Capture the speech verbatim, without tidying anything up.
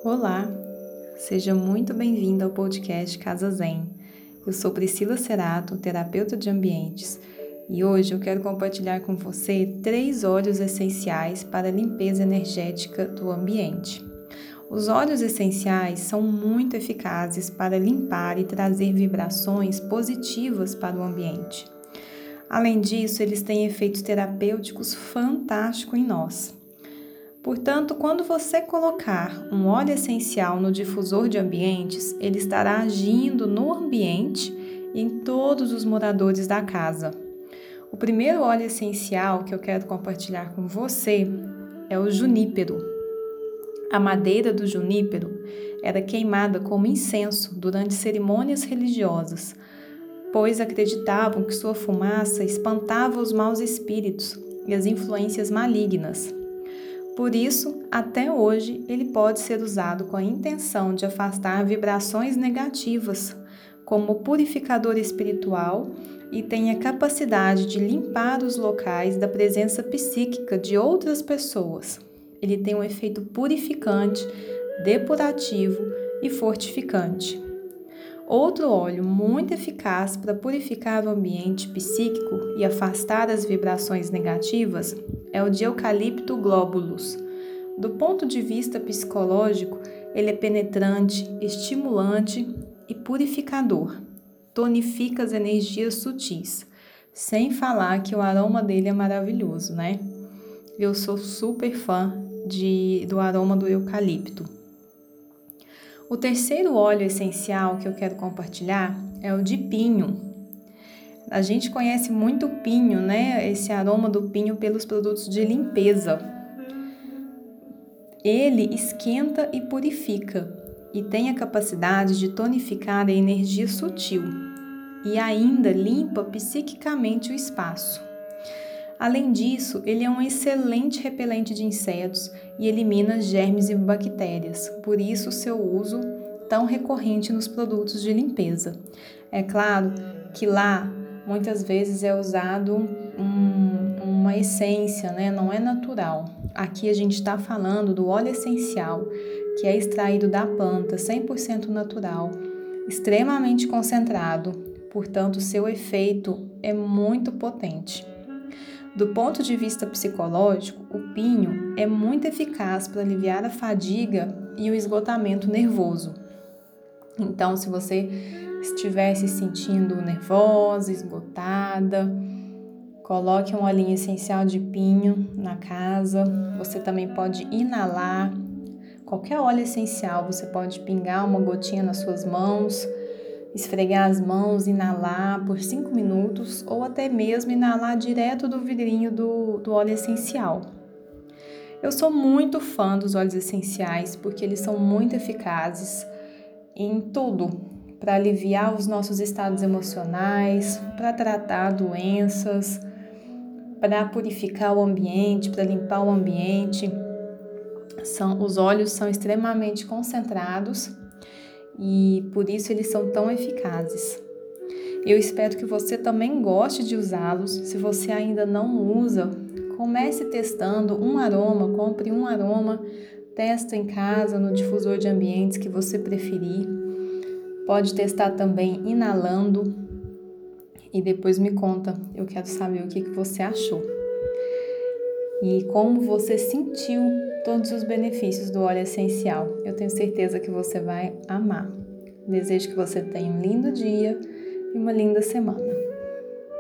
Olá, seja muito bem-vindo ao podcast Casa Zen. Eu sou Priscila Cerato, terapeuta de ambientes, e hoje eu quero compartilhar com você três óleos essenciais para a limpeza energética do ambiente. Os óleos essenciais são muito eficazes para limpar e trazer vibrações positivas para o ambiente. Além disso, eles têm efeitos terapêuticos fantásticos em nós. Portanto, quando você colocar um óleo essencial no difusor de ambientes, ele estará agindo no ambiente e em todos os moradores da casa. O primeiro óleo essencial que eu quero compartilhar com você é o junípero. A madeira do junípero era queimada como incenso durante cerimônias religiosas, pois acreditavam que sua fumaça espantava os maus espíritos e as influências malignas. Por isso, até hoje, ele pode ser usado com a intenção de afastar vibrações negativas, como purificador espiritual, e tem a capacidade de limpar os locais da presença psíquica de outras pessoas. Ele tem um efeito purificante, depurativo e fortificante. Outro óleo muito eficaz para purificar o ambiente psíquico e afastar as vibrações negativas é o de eucalipto globulus. Do ponto de vista psicológico, ele é penetrante, estimulante e purificador. Tonifica as energias sutis. Sem falar que o aroma dele é maravilhoso, né? Eu sou super fã de, do aroma do eucalipto. O terceiro óleo essencial que eu quero compartilhar é o de pinho. A gente conhece muito o pinho, né? Esse aroma do pinho pelos produtos de limpeza. Ele esquenta e purifica e tem a capacidade de tonificar a energia sutil e ainda limpa psiquicamente o espaço. Além disso, ele é um excelente repelente de insetos e elimina germes e bactérias, por isso seu uso tão recorrente nos produtos de limpeza. É claro que lá muitas vezes é usado um, uma essência, né? Não é natural. Aqui a gente está falando do óleo essencial, que é extraído da planta, cem por cento natural, extremamente concentrado, portanto seu efeito é muito potente. Do ponto de vista psicológico, o pinho é muito eficaz para aliviar a fadiga e o esgotamento nervoso. Então, se você estiver se sentindo nervosa, esgotada, coloque um olhinho essencial de pinho na casa. Você também pode inalar qualquer óleo essencial, você pode pingar uma gotinha nas suas mãos, esfregar as mãos, inalar por cinco minutos ou até mesmo inalar direto do vidrinho do, do óleo essencial. Eu sou muito fã dos óleos essenciais porque eles são muito eficazes em tudo, para aliviar os nossos estados emocionais, para tratar doenças, para purificar o ambiente, para limpar o ambiente. São, os óleos são extremamente concentrados e por isso eles são tão eficazes. Eu espero que você também goste de usá-los. Se você ainda não usa, comece testando um aroma, compre um aroma, testa em casa, no difusor de ambientes que você preferir. Pode testar também inalando e depois me conta, eu quero saber o que você achou. E como você sentiu todos os benefícios do óleo essencial. Eu tenho certeza que você vai amar. Desejo que você tenha um lindo dia e uma linda semana.